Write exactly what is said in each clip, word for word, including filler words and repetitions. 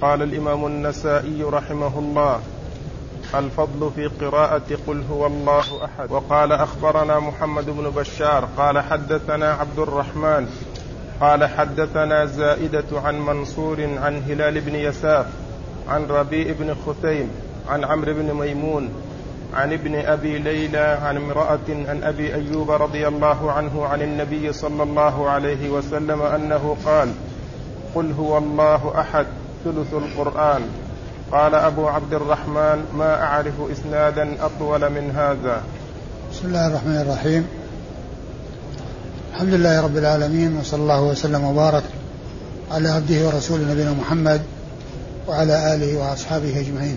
قال الإمام النسائي رحمه الله: الفضل في قراءة قل هو الله أحد. وقال أخبرنا محمد بن بشار قال حدثنا عبد الرحمن قال حدثنا زائدة عن منصور عن هلال بن يساف عن ربيع بن خثيم عن عمرو بن ميمون عن ابن أبي ليلى عن امرأة عن أبي أيوب رضي الله عنه عن النبي صلى الله عليه وسلم أنه قال: قل هو الله أحد ثلث القرآن. قال أبو عبد الرحمن: ما أعرف إسنادا أطول من هذا. بسم الله الرحمن الرحيم. الحمد لله رب العالمين، وصلى الله وسلم وبارك على عبده ورسوله نبينا محمد وعلى آله وأصحابه أجمعين.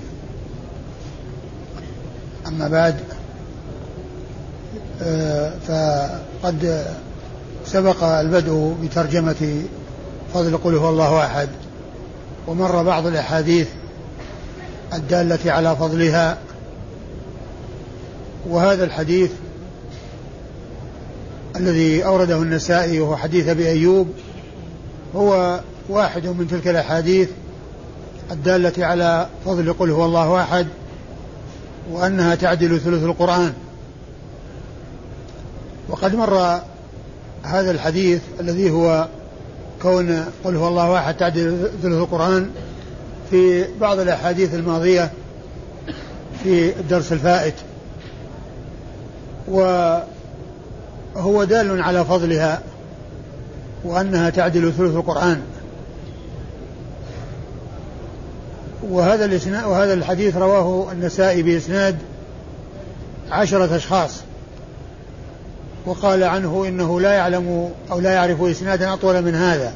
أما بعد، فقد سبق البدء بترجمة فضل قل هو الله أحد، ومر بعض الأحاديث الدالة على فضلها. وهذا الحديث الذي أورده النسائي وهو حديث أبي أيوب هو واحد من تلك الأحاديث الدالة على فضل قل هو الله أحد، وأنها تعدل ثلث القرآن. وقد مر هذا الحديث الذي هو كون قل هو الله أحد تعدل ثلث القرآن في بعض الأحاديث الماضية في الدرس الفائت، وهو دال على فضلها وأنها تعدل ثلث القرآن. وهذا وهذا الحديث رواه النسائي بإسناد عشرة أشخاص، وقال عنه إنه لا يعلم أو لا يعرف إسنادا أطول من هذا.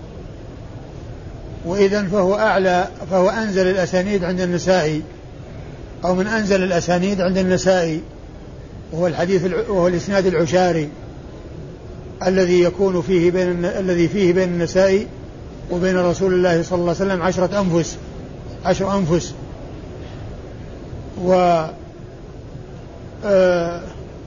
وإذن فهو أعلى فهو أنزل الأسانيد عند النسائي، أو من أنزل الأسانيد عند النسائي، وهو الحديث وهو الإسناد العشاري الذي يكون فيه بين الذي فيه بين النسائي وبين رسول الله صلى الله عليه وسلم عشرة أنفس عشر أنفس و آه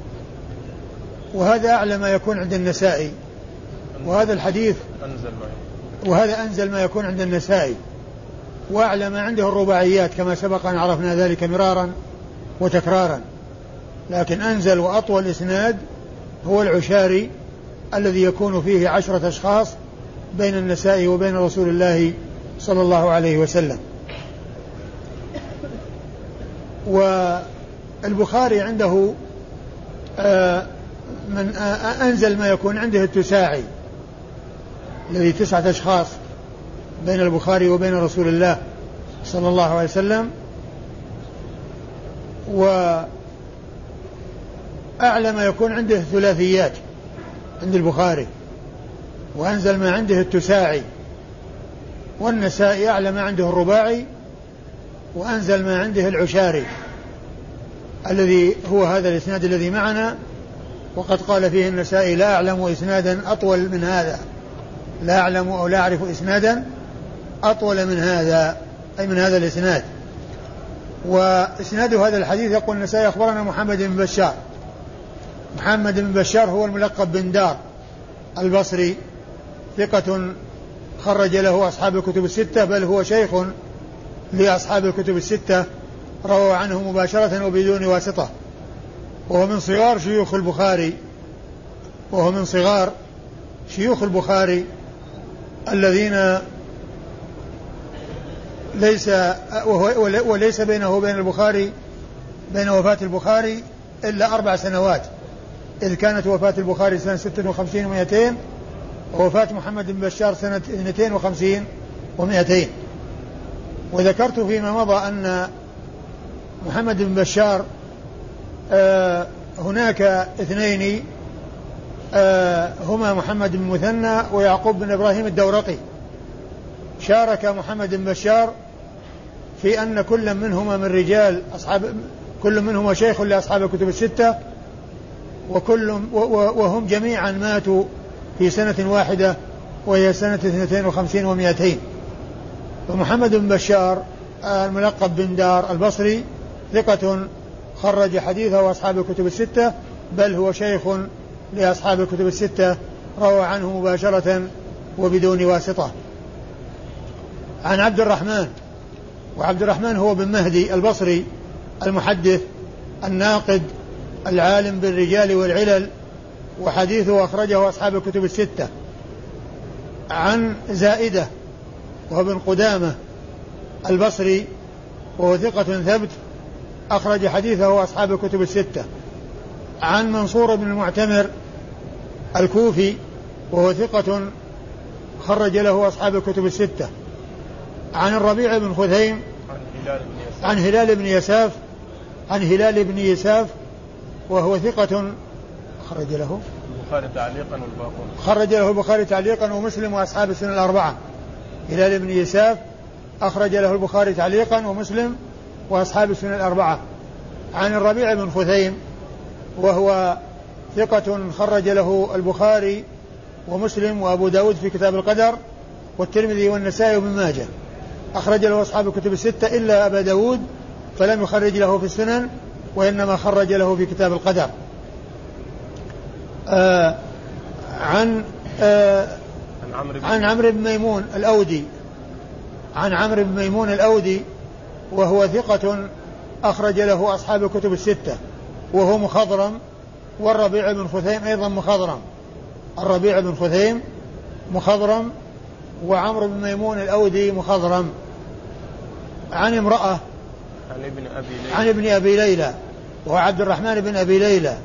وهذا أعلى ما يكون عند النسائي. وهذا الحديث أنزل وهذا أنزل ما يكون عند النسائي، وأعلى ما عنده الرباعيات كما سبق أن عرفنا ذلك مرارا وتكرارا. لكن أنزل وأطول إسناد هو العشاري الذي يكون فيه عشرة أشخاص بين النسائي وبين رسول الله صلى الله عليه وسلم. والبخاري عنده آه من آه أنزل ما يكون عنده التساعي الذي تسعة أشخاص بين البخاري وبين رسول الله صلى الله عليه وسلم. وأعلى ما يكون عنده الثلاثيات عند البخاري، وأنزل ما عنده التساعي. والنسائي أعلى ما عنده الرباعي، وأنزل ما عنده العشاري الذي هو هذا الإسناد الذي معنا. وقد قال فيه النسائي: لا أعلم إسنادا أطول من هذا، لا أعلم أو لا أعرف إسنادا أطول من هذا، أي من هذا الإسناد. وإسناد هذا الحديث يقول النسائي: أخبرنا محمد بن بشار. محمد بن بشار هو الملقب بن دار البصري، ثقة خرج له أصحاب الكتب الستة، بل هو شيخ لأصحاب الكتب الستة، روى عنه مباشرة وبدون واسطة. وهو من صغار شيوخ البخاري وهو من صغار شيوخ البخاري الذين ليس وليس بينه وبين البخاري بين وفاة البخاري إلا أربع سنوات، إذ كانت وفاة البخاري سنة ستة وخمسين ومائتين، ووفاة محمد بن بشار سنة اثنتين وخمسين ومائتين. وذكرت فيما مضى أن محمد بن بشار آه هناك اثنين آه هما محمد بن مثنى ويعقوب بن إبراهيم الدورقي. شارك محمد بن بشار في أن كل منهما من رجال أصحاب كل منهما شيخ لأصحاب الكتب الستة، وكل وهم جميعا ماتوا في سنة واحدة وهي سنة اثنتين وخمسين ومائتين. فمحمد بن بشار الملقب بن دار البصري ثقة خرج حديثه وأصحاب الكتب الستة، بل هو شيخ لأصحاب الكتب الستة، روى عنه مباشرة وبدون واسطة. عن عبد الرحمن، وعبد الرحمن هو بن مهدي البصري المحدث الناقد العالم بالرجال والعلل، وحديثه أخرجه أصحاب الكتب الستة. عن زائدة وهو بن قدامة البصري وهو ثقة ثبت أخرج حديثه أصحاب الكتب الستة. عن منصور بن المعتمر الكوفي وهو ثقة خرج له أصحاب الكتب الستة. عن الربيع بن خثيم عن هلال بن يساف عن هلال بن يساف وهو ثقة خرج له البخاري تعليقا والباقون خرج له البخاري تعليقا ومسلم وأصحاب السنن الأربعة. هلال بن يساف أخرج له البخاري تعليقا ومسلم وأصحاب السنن الأربعة. عن الربيع بن خثيم وهو ثقة خرج له البخاري ومسلم وأبو داود في كتاب القدر والترمذي والنسائي وابن ماجه، أخرج له أصحاب الكتب الستة إلا أبا داود فلم يخرج له في السنن وإنما خرج له في كتاب القدر. آه عن آه عن عمرو بن ميمون الأودي عن عمرو بن ميمون الأودي وهو ثقة أخرج له أصحاب الكتب الستة وهو مخضرم، والربيع بن خثيم أيضا مخضرم. الربيع بن خثيم مخضرم وعمرو بن ميمون الأودي مخضرم. عن امرأة عن ابن أبي ليلى عن ابن أبي ليلى وهو عبد الرحمن بن أبي ليلى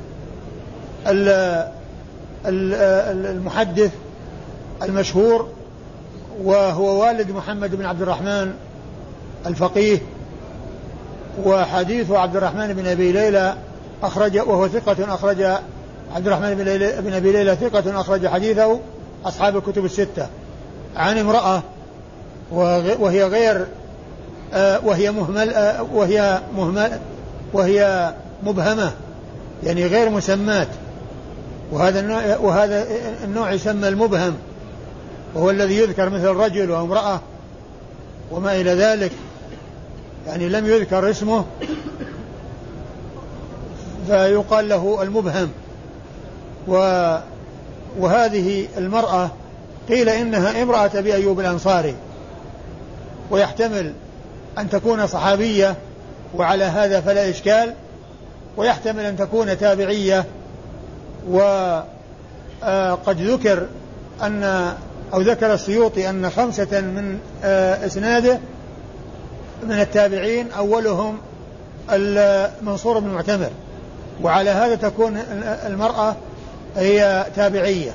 المحدث المشهور، وهو والد محمد بن عبد الرحمن الفقيه، وحديث عبد الرحمن بن أبي ليلى أخرج وهو ثقة أخرج عبد الرحمن بن أبي ليلى ثقة أخرج حديثه أصحاب الكتب الستة. عن امرأة وهي غير وهي مهمل وهي مهمل وهي مبهمة يعني غير مسمات، وهذا النوع وهذا النوع يسمى المبهم، وهو الذي يذكر مثل رجل وامرأة وما إلى ذلك، يعني لم يذكر اسمه فيقال له المبهم. وهذه المرأة قيل إنها امرأة أبي أيوب الأنصاري، ويحتمل أن تكون صحابية وعلى هذا فلا إشكال، ويحتمل أن تكون تابعية. وقد ذكر أن أو ذكر السيوطي أن خمسة من إسناده من التابعين أولهم منصور بن المعتمر، وعلى هذا تكون المرأة هي تابعية،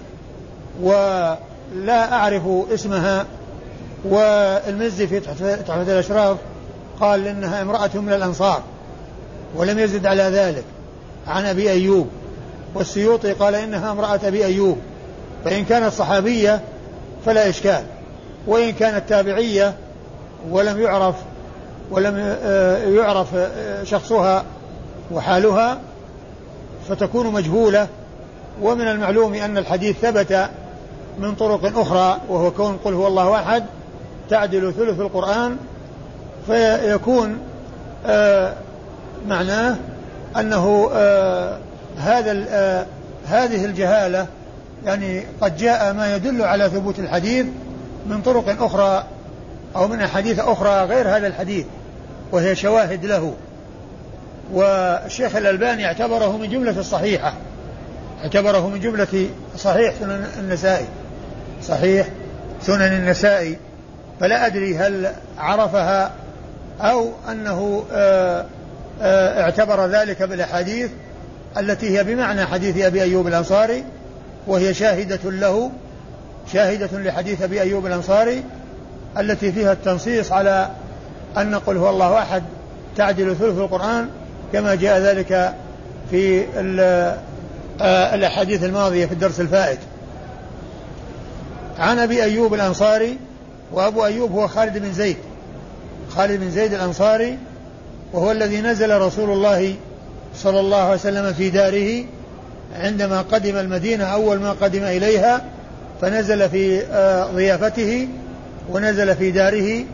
ولا أعرف اسمها. والمزي في تحفة الأشراف قال إنها امرأة من الأنصار ولم يزد على ذلك عن أبي أيوب، والسيوطي قال إنها امرأة أبي أيوب، فإن كانت صحابية فلا إشكال، وإن كانت تابعية ولم يعرف ولم يعرف شخصها وحالها فتكون مجهولة. ومن المعلوم أن الحديث ثبت من طرق أخرى، وهو كون قل هو الله أحد تعدل ثلث القرآن، فيكون آه معناه أنه آه هذا آه هذه الجهالة يعني قد جاء ما يدل على ثبوت الحديث من طرق أخرى أو من أحاديث أخرى غير هذا الحديث، وهي شواهد له. والشيخ الألباني اعتبره من جملة الصحيحة، اعتبره من جملة صحيح سنن النسائي صحيح سنن النسائي فلا أدري هل عرفها أو أنه آآ آآ اعتبر ذلك بالأحاديث التي هي بمعنى حديث أبي أيوب الأنصاري، وهي شاهدة له شاهدة لحديث أبي أيوب الأنصاري التي فيها التنصيص على أن قل هو الله أحد تعدل ثلث القرآن، كما جاء ذلك في الأحاديث الماضية في الدرس الفائت. عن أبي أيوب الأنصاري، وأبو أيوب هو خالد بن زيد خالد بن زيد الأنصاري، وهو الذي نزل رسول الله صلى الله عليه وسلم في داره عندما قدم المدينة أول ما قدم إليها، فنزل في ضيافته ونزل في داره،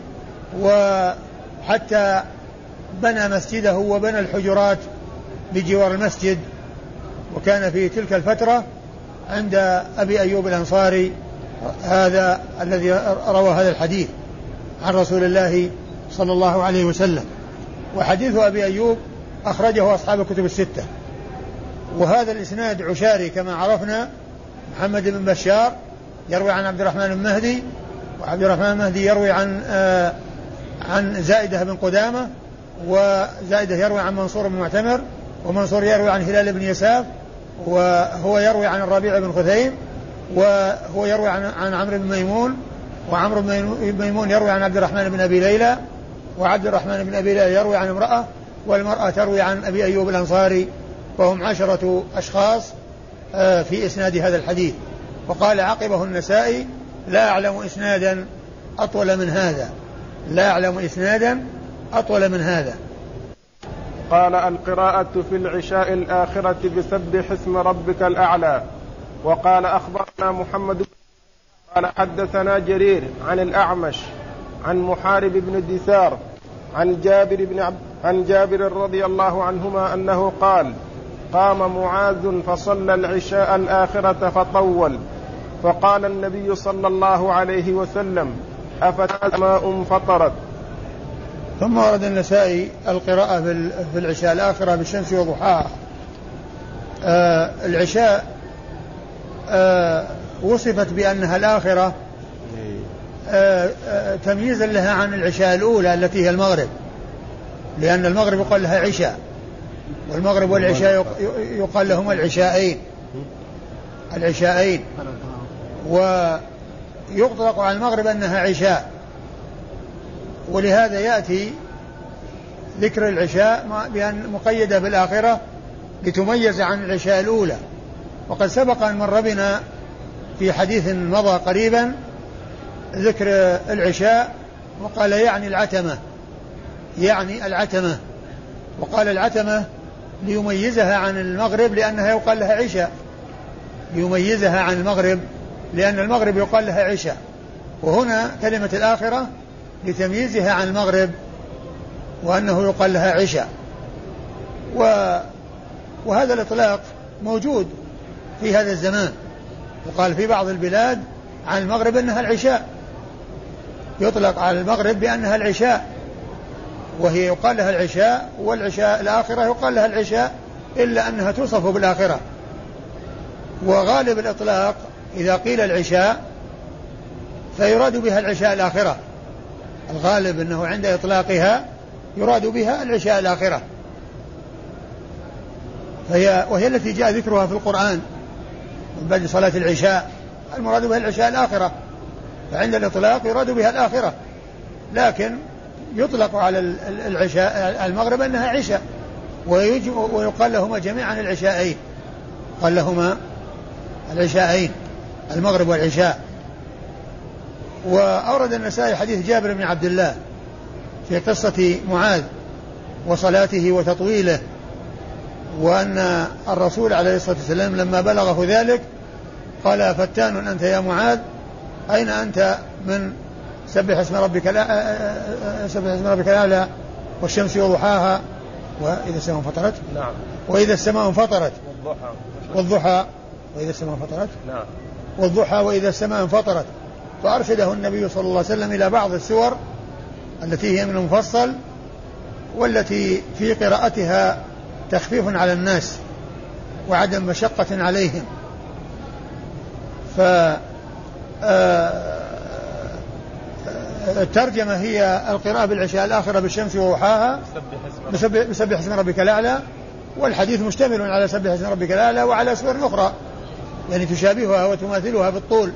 وحتى بنى مسجده وبنى الحجرات بجوار المسجد، وكان في تلك الفترة عند أبي أيوب الأنصاري هذا الذي روى هذا الحديث عن رسول الله صلى الله عليه وسلم. وحديث أبي أيوب أخرجه أصحاب الكتب الستة. وهذا الإسناد عشاري كما عرفنا، محمد بن بشار يروي عن عبد الرحمن بن مهدي، وعبد الرحمن المهدي يروي عن آه عن زائدة بن قدامة، وزائدة يروي عن منصور بن معتمر، ومنصور يروي عن هلال بن يساف، وهو يروي عن الربيع بن خثيم، وهو يروي عن, عن عمرو بن ميمون، وعمرو بن ميمون يروي عن عبد الرحمن بن أبي ليلى، وعبد الرحمن بن أبي ليلى يروي عن امرأة، والمرأة تروي عن أبي أيوب الأنصاري، فهم عشرة أشخاص في إسناد هذا الحديث. وقال عقبه النسائي: لا أعلم إسنادا أطول من هذا، لا أعلم إسنادا أطول من هذا. قال: القراءة في العشاء الآخرة بسبح اسم ربك الأعلى. وقال: أخبرنا محمد قال حدثنا جرير عن الأعمش عن محارب بن دثار عن جابر بن عبد عن جابر رضي الله عنهما أنه قال: قام معاذ فصلى العشاء الآخرة فطول، فقال النبي صلى الله عليه وسلم: أفالسماء فطرت. ثم ورد النسائي القراءة في العشاء الآخرة بالشمس وضحاها. آه العشاء آه وصفت بأنها الآخرة آه آه تمييزا لها عن العشاء الأولى التي هي المغرب، لأن المغرب يقال لها عشاء، والمغرب والعشاء يقال لهما العشاءين العشاءين ويطلق على المغرب أنها عشاء. ولهذا يأتي ذكر العشاء بأن مقيدة بالآخرة لتميز عن العشاء الأولى. وقد سبق أن مر بنا في حديث مضى قريبا ذكر العشاء، وقال يعني العتمة، يعني العتمة، وقال العتمة ليميزها عن المغرب لأنها يقال لها عشاء، ليميزها عن المغرب لأن المغرب يقال لها عشاء. وهنا كلمة الآخرة لتمييزها عن المغرب وأنه يقال لها عشاء. و... وهذا الإطلاق موجود في هذا الزمان، وقال في بعض البلاد عن المغرب أنها العشاء، يطلق على المغرب بأنها العشاء، وهي يقال لها العشاء، والعشاء الآخرة يقال لها العشاء، إلا أنها توصف بالآخرة. وغالب الإطلاق إذا قيل العشاء فيراد بها العشاء الآخرة، الغالب أنه عند إطلاقها يراد بها العشاء الآخرة، فهي وهي التي جاء ذكرها في القرآن من بعد صلاة العشاء، المراد بها العشاء الآخرة، فعند الإطلاق يراد بها الآخرة، لكن يطلق على العشاء المغرب أنها عشاء، ويقال لهما جميعا العشاءين، قال لهما العشاءين المغرب والعشاء. وأورد النسائي حديث جابر بن عبد الله في قصة معاذ وصلاته وتطويله، وأن الرسول عليه الصلاة والسلام لما بلغه ذلك قال: فتان أنت يا معاذ، أين أنت من سبح اسم ربك سبح اسم ربك الأعلى والشمس وضحاها وإذا السماء انفطرت، نعم، وإذا السماء انفطرت، والضحى والضحى وإذا السماء انفطرت، نعم، والضحى وإذا السماء انفطرت. فأرشده النبي صلى الله عليه وسلم إلى بعض السور التي هي من المفصل، والتي في قراءتها تخفيف على الناس وعدم مشقة عليهم. ف الترجمة هي القراءة بالعشاء الآخرة بالشمس وضحاها بسبح اسم ربك الأعلى، والحديث مشتمل على سبح اسم ربك الأعلى وعلى سور أخرى يعني تشابهها وتماثلها بالطول.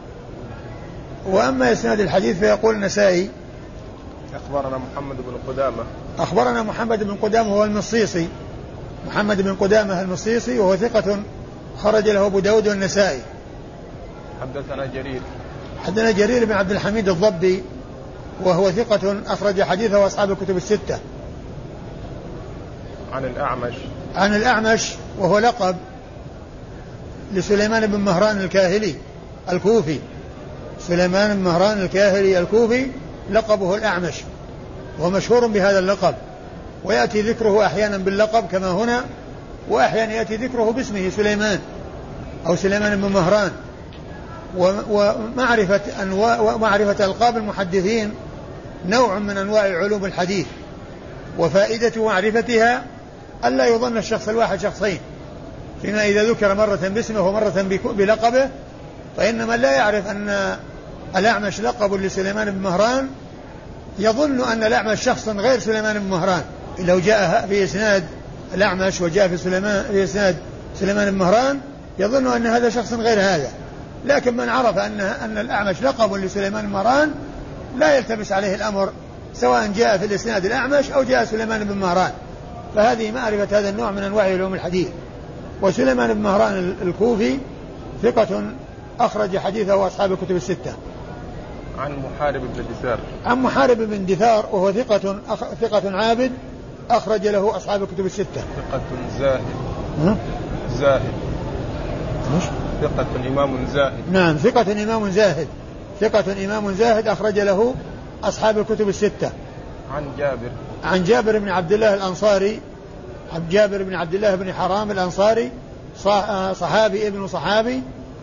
وأما إسناد الحديث فيقول النسائي: أخبرنا محمد بن قدامة أخبرنا محمد بن قدامة هو المصيصي، محمد بن قدامة المصيصي، وهو ثقة خرج له أبو داود والنسائي. حدثنا جرير حدثنا جرير بن عبد الحميد الضبي، وهو ثقة أخرج حديثه أصحاب الكتب الستة. عن الأعمش عن الأعمش وهو لقب لسليمان بن مهران الكاهلي الكوفي، سليمان بن مهران الكاهلي الكوفي لقبه الأعمش، وهو مشهور بهذا اللقب، ويأتي ذكره أحيانا باللقب كما هنا، وأحيانا يأتي ذكره باسمه سليمان أو سليمان بن مهران. ومعرفة أنواع ومعرفة ألقاب المحدثين نوع من أنواع علوم الحديث، وفائدة معرفتها ألا يظن الشخص الواحد شخصين، فيما إذا ذكر مرة باسمه ومرة بلقبه، فإن من لا يعرف أن الأعمش لقب لسليمان بن مهران يظن أن الأعمش شخص غير سليمان بن مهران. لو جاء في إسناد الأعمش وجاء في سليمان في إسناد سليمان بن مهران يظن أن هذا شخص غير هذا، لكن من عرف أن أن الأعمش لقب لسليمان بن مهران لا يلتبس عليه الأمر، سواء جاء في الإسناد الأعمش أو جاء سليمان بن مهران. فهذه معرفة هذا النوع من أنواع علوم الحديث. وسليمان بن مهران الكوفي ثقة أخرج حديثه أصحاب الكتب الستة. عن محارب بن دثار. عن محارب بن دثار وهو ثقة أخ... ثقة عابد أخرج له أصحاب الكتب الستة. ثقة زاهد. ها؟ زاهد. مش؟ ثقة إمام زاهد. نعم ثقة إمام زاهد. ثقة إمام زاهد أخرج له أصحاب الكتب الستة. عن جابر. عن جابر بن عبد الله الأنصاري. عن جابر بن عبد الله بن حرام الأنصاري صحابي ابن صحابي،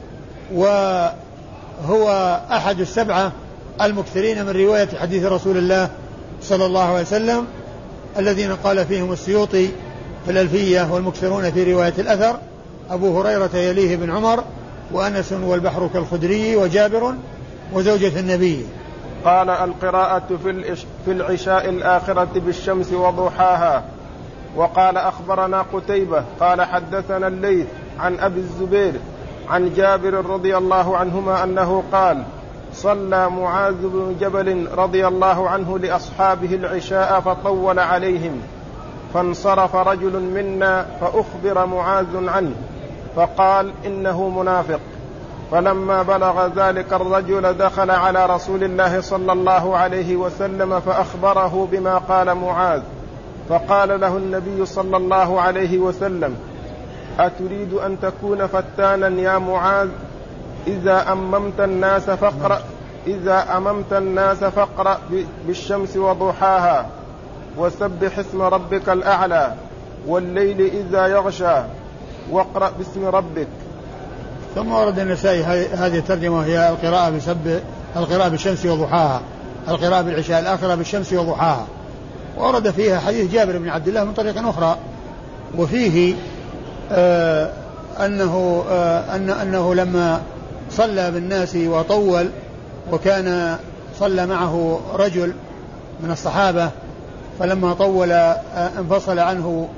وهو أحد السبعة المكثرين من رواية حديث رسول الله صلى الله عليه وسلم الذين قال فيهم السيوطي في الألفية والمكثرون في رواية الأثر: أبو هريرة يليه بن عمر، وأنس والبحر كالخدري، وجابر، وزوجة النبي. قال: القراءة في العشاء الآخرة بالشمس وضحاها. وقال: أخبرنا قتيبة قال حدثنا الليث عن أبي الزبير عن جابر رضي الله عنهما أنه قال: صلى معاذ بن جبل رضي الله عنه لأصحابه العشاء فطول عليهم، فانصرف رجل منا فأخبر معاذ عنه فقال: إنه منافق. فلما بلغ ذلك الرجل دخل على رسول الله صلى الله عليه وسلم فأخبره بما قال معاذ، فقال له النبي صلى الله عليه وسلم: أتريد أن تكون فتانا يا معاذ؟ إذا أممت الناس فاقرأ إذا أممت الناس فاقرأ بالشمس وضحاها، وسبح اسم ربك الأعلى، والليل إذا يغشى، واقرأ باسم ربك. ثم ورد النسائي هذه الترجمة وهي القراءة بسب القراءة بالشمس وضحاها، القراءة بالعشاء الآخرة بالشمس وضحاها. ورد فيها حديث جابر بن عبد الله من طريق أخرى، وفيه آه أنه آه أن أنه لما صلى بالناس وطول، وكان صلى معه رجل من الصحابة، فلما طول آه انفصل عنه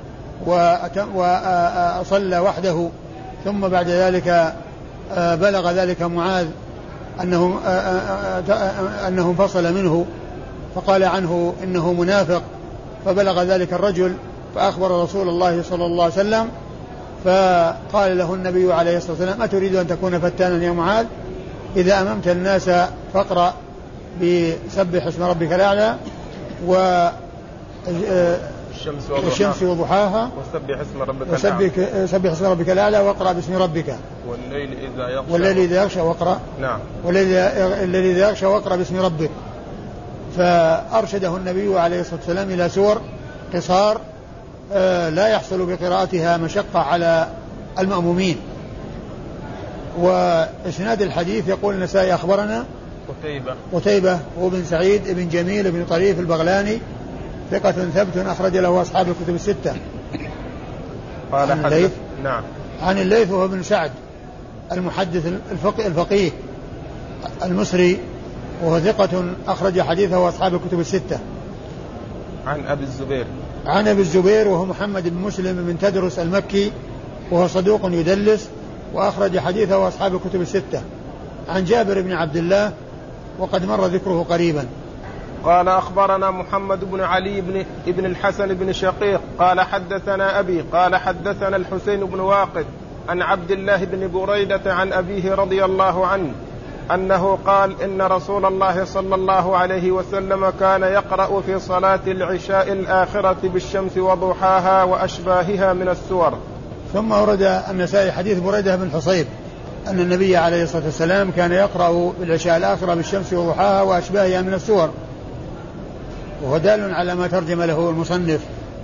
وصلى وحده، ثم بعد ذلك آه بلغ ذلك معاذ أنه, آه آه أنه انفصل منه، فقال عنه إنه منافق. فبلغ ذلك الرجل فأخبر رسول الله صلى الله عليه وسلم، فقال له النبي عليه الصلاة والسلام: أتريد أن تكون فتانا يا معاذ؟ إذا أممت الناس فاقرأ بسبح اسم ربك الأعلى والشمس وضحاها، وسبح اسم ربك الأعلى وسبح اسم ربك الأعلى، واقرأ باسم ربك، والليل إذا يغشى والليل إذا يغشى واقرأ نعم والليل إذا يغشى واقرأ باسم ربك. فأرشده النبي عليه الصلاة والسلام إلى سور قصار لا يحصل بقراءتها مشقة على المأمومين. وإسناد الحديث يقول النسائي: أخبرنا قتيبة قتيبة وابن سعيد ابن جميل ابن طريف البغلاني ثقة ثبت أخرج له أصحاب الكتب الستة. قال عن الليث نعم عن الليث وهو ابن سعد المحدث الفقيه, الفقيه المصري، وهو ثقة أخرج حديثه أصحاب الكتب الستة. عن أبي الزبير عن أبي الزبير وهو محمد بن مسلم بن تدرس المكي، وهو صدوق يدلس، وأخرج حديثه أصحاب الكتب الستة. عن جابر بن عبد الله وقد مر ذكره قريبا. قال: أخبرنا محمد بن علي بن ابن الحسن بن شقيق قال حدثنا أبي قال حدثنا الحسين بن واقد عن عبد الله بن بريدة عن أبيه رضي الله عنه أنه قال: إن رسول الله صلى الله عليه وسلم كان يقرأ في صلاة العشاء الآخرة بالشمس وضحاها وأشباهها من السور. ثم ورد النسائي حديث بريدة بن حصيب أن النبي عليه الصلاة والسلام كان يقرأ بالعشاء الآخرة بالشمس وضحاها وأشباهها من السور، وهو دال على ما ترجم له المصنف.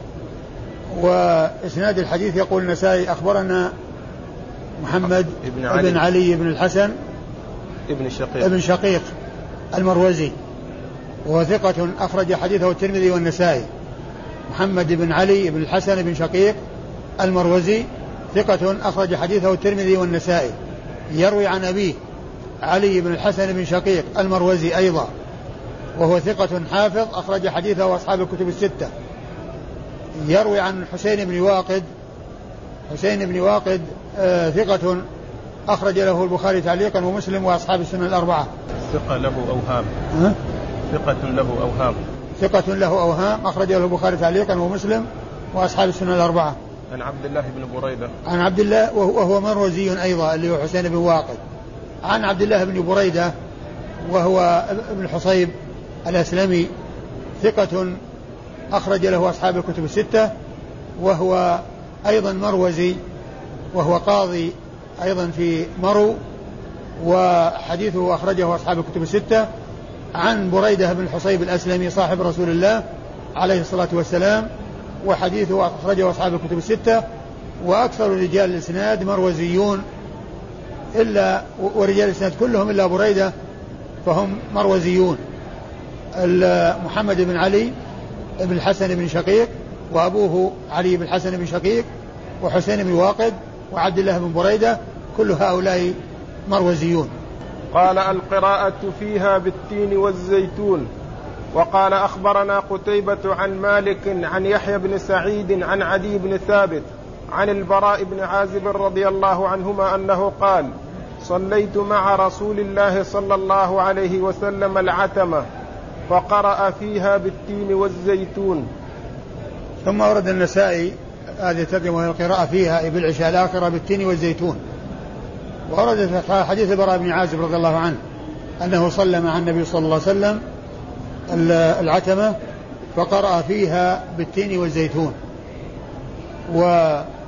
وإسناد الحديث يقول النسائي: أخبرنا محمد ابن علي, ابن علي بن الحسن ابن شقيق, ابن شقيق المروزي، وهو ثقة أخرج حديثه الترمذي والنسائي. محمد بن علي بن الحسن بن شقيق المروزي ثقة أخرج حديثه الترمذي والنسائي، يروي عن أبيه علي بن الحسن بن شقيق المروزي أيضا، وهو ثقة حافظ أخرج حديثه وأصحاب الكتب الستة. يروي عن حسين بن واقد حسين بن واقد آه ثقة أخرج له البخاري تعليقا ومسلم وأصحاب السنن الأربعة. ثقة له أوهام أه؟ ثقة له أوهام ثقة له أوهام أخرج له البخاري تعليقا ومسلم وأصحاب السنن الأربعة. عن عبد الله بن بريدة عن عبد الله وهو مروزي أيضا اللي هو حسين بن واقد. عن عبد الله بن بريدة وهو ابن حصيب الأسلمي ثقة أخرج له أصحاب الكتب الستة، وهو أيضا مروزي، وهو قاضي أيضا في مرو، وحديثه أخرجه أصحاب الكتب الستة. عن بريدة بن حصيب الأسلمي صاحب رسول الله عليه الصلاة والسلام، وحديثه أخرجه أصحاب الكتب الستة. وأكثر رجال الإسناد مروزيون، إلا ورجال الإسناد كلهم إلا بريدة فهم مروزيون. محمد بن علي بن الحسن بن شقيق، وأبوه علي بن الحسن بن شقيق، وحسين بن واقد، وعبد الله بن بريدة، كل هؤلاء مروزيون. قال القراءة فيها بالتين والزيتون. وقال أخبرنا قتيبة عن مالك عن يحيى بن سعيد عن عدي بن ثابت عن البراء بن عازب رضي الله عنهما أنه قال: صليت مع رسول الله صلى الله عليه وسلم العتمة فقرأ فيها بالتين والزيتون. ثم ورد النسائي هذه الترجمة القراءة فيها بالعشاء الآخرة بالتين والزيتون. وورد حديث البراء بن عازب رضي الله عنه أنه صلى مع النبي صلى الله عليه وسلم العتمة فقرأ فيها بالتين والزيتون. و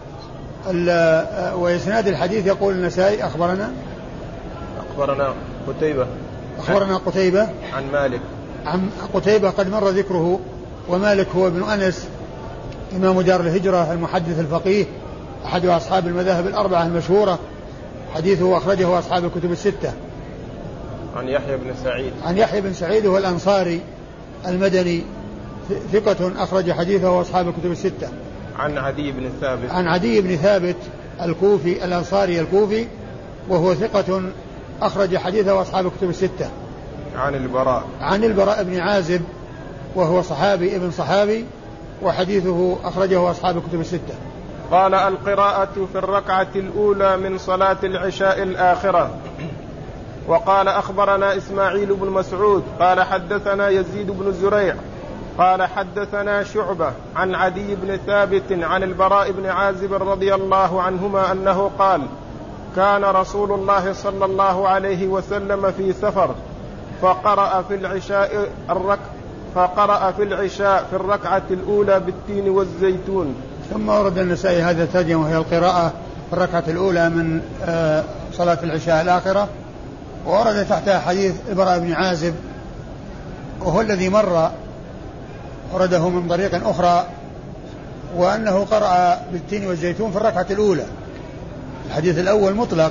وإسناد الحديث يقول النسائي أخبرنا أخبرنا قتيبة أخبرنا قتيبة عن مالك عن قتيبة قد مر ذكره. ومالك هو ابن أنس إمام دار الهجرة المحدث الفقيه أحد أصحاب المذاهب الأربعة المشهورة، حديثه أخرجه أصحاب الكتب الستة. عن يحيى بن سعيد عن يحيى بن سعيد هو الأنصاري المدني ثقة أخرج حديثه أصحاب الكتب الستة. عن عدي بن ثابت عن عدي بن ثابت الكوفي الأنصاري الكوفي، وهو ثقة أخرج حديثه أصحاب الكتب الستة. عن البراء عن البراء بن عازب وهو صحابي ابن صحابي، وحديثه أخرجه أصحاب الكتب الستة. قال القراءة في الركعة الأولى من صلاة العشاء الآخرة. وقال أخبرنا إسماعيل بن مسعود قال حدثنا يزيد بن زريع قال حدثنا شعبة عن عدي بن ثابت عن البراء بن عازب رضي الله عنهما أنه قال: كان رسول الله صلى الله عليه وسلم في سفر فقرأ في العشاء الرك فقرأ في العشاء في الركعة الأولى بالتين والزيتون. ثم ورد النسائي هذا الترجمة وهي القراءة في الركعة الأولى من صلاة العشاء الآخرة. وورد تحتها حديث البراء بن عازب وهو الذي مر، ورده من طريق أخرى، وأنه قرأ بالتين والزيتون في الركعة الأولى. الحديث الأول مطلق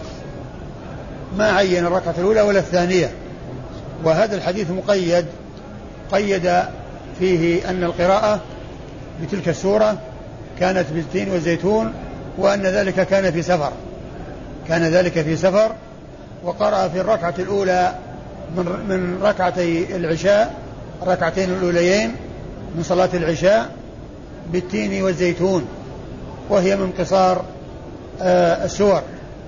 ما عين الركعة الأولى ولا الثانية، وهذا الحديث مقيد، قيد فيه أن القراءة بتلك السورة كانت بالتين والزيتون، وأن ذلك كان في سفر كان ذلك في سفر وقرأ في الركعة الأولى من من ركعتي العشاء الركعتين الأوليين من صلاة العشاء بالتين والزيتون، وهي من قصار آه السور.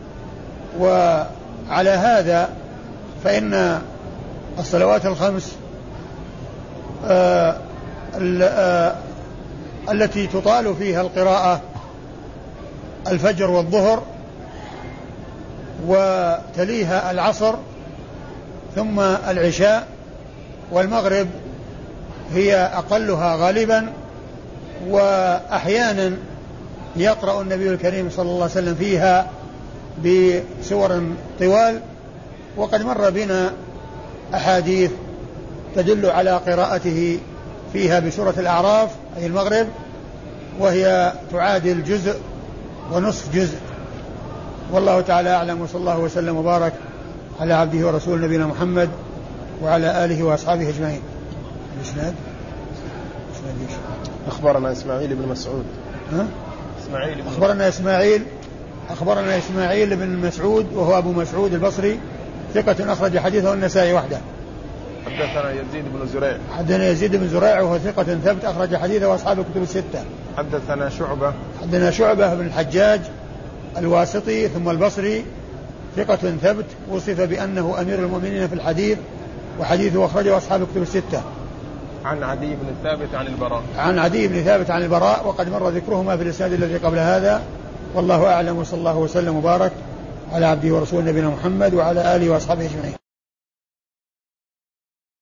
وعلى هذا فإن الصلوات الخمس آه آه التي تطال فيها القراءة الفجر والظهر، وتليها العصر، ثم العشاء والمغرب هي أقلها غالبا. وأحيانا يقرأ النبي الكريم صلى الله عليه وسلم فيها بسور طوال، وقد مر بنا أحاديث تدل على قراءته فيها بسورة الأعراف أي المغرب، وهي تعادل جزء ونصف جزء. والله تعالى أعلم، وصلى الله وسلم وبارك على عبده ورسول نبينا محمد وعلى آله وأصحابه أجمعين. الإسناد أخبرنا إسماعيل بن مسعود. ها؟ إسماعيل بن أخبرنا إسماعيل أخبرنا إسماعيل بن مسعود وهو أبو مسعود البصري ثقة أخرج حديثه النسائي وحده. حدثنا يزيد بن زريع. حدثنا يزيد بن زريع وهو ثقة ثبت أخرج حديثه أصحاب الكتب الستة. حدثنا شعبة. حدثنا شعبة بن الحجاج الواسطي ثم البصري ثقة ثبت وصف بأنه أمير المؤمنين في الحديث وحديثه أخرجه أصحاب الكتب الستة. عن عدي بن ثابت عن البراء. عن عدي بن ثابت عن البراء وقد مر ذكرهما في الإسناد الذي قبل هذا. والله أعلم وصلى الله وسلم وبارك على عبده ورسوله نبينا محمد وعلى آله وأصحابه أجمعين.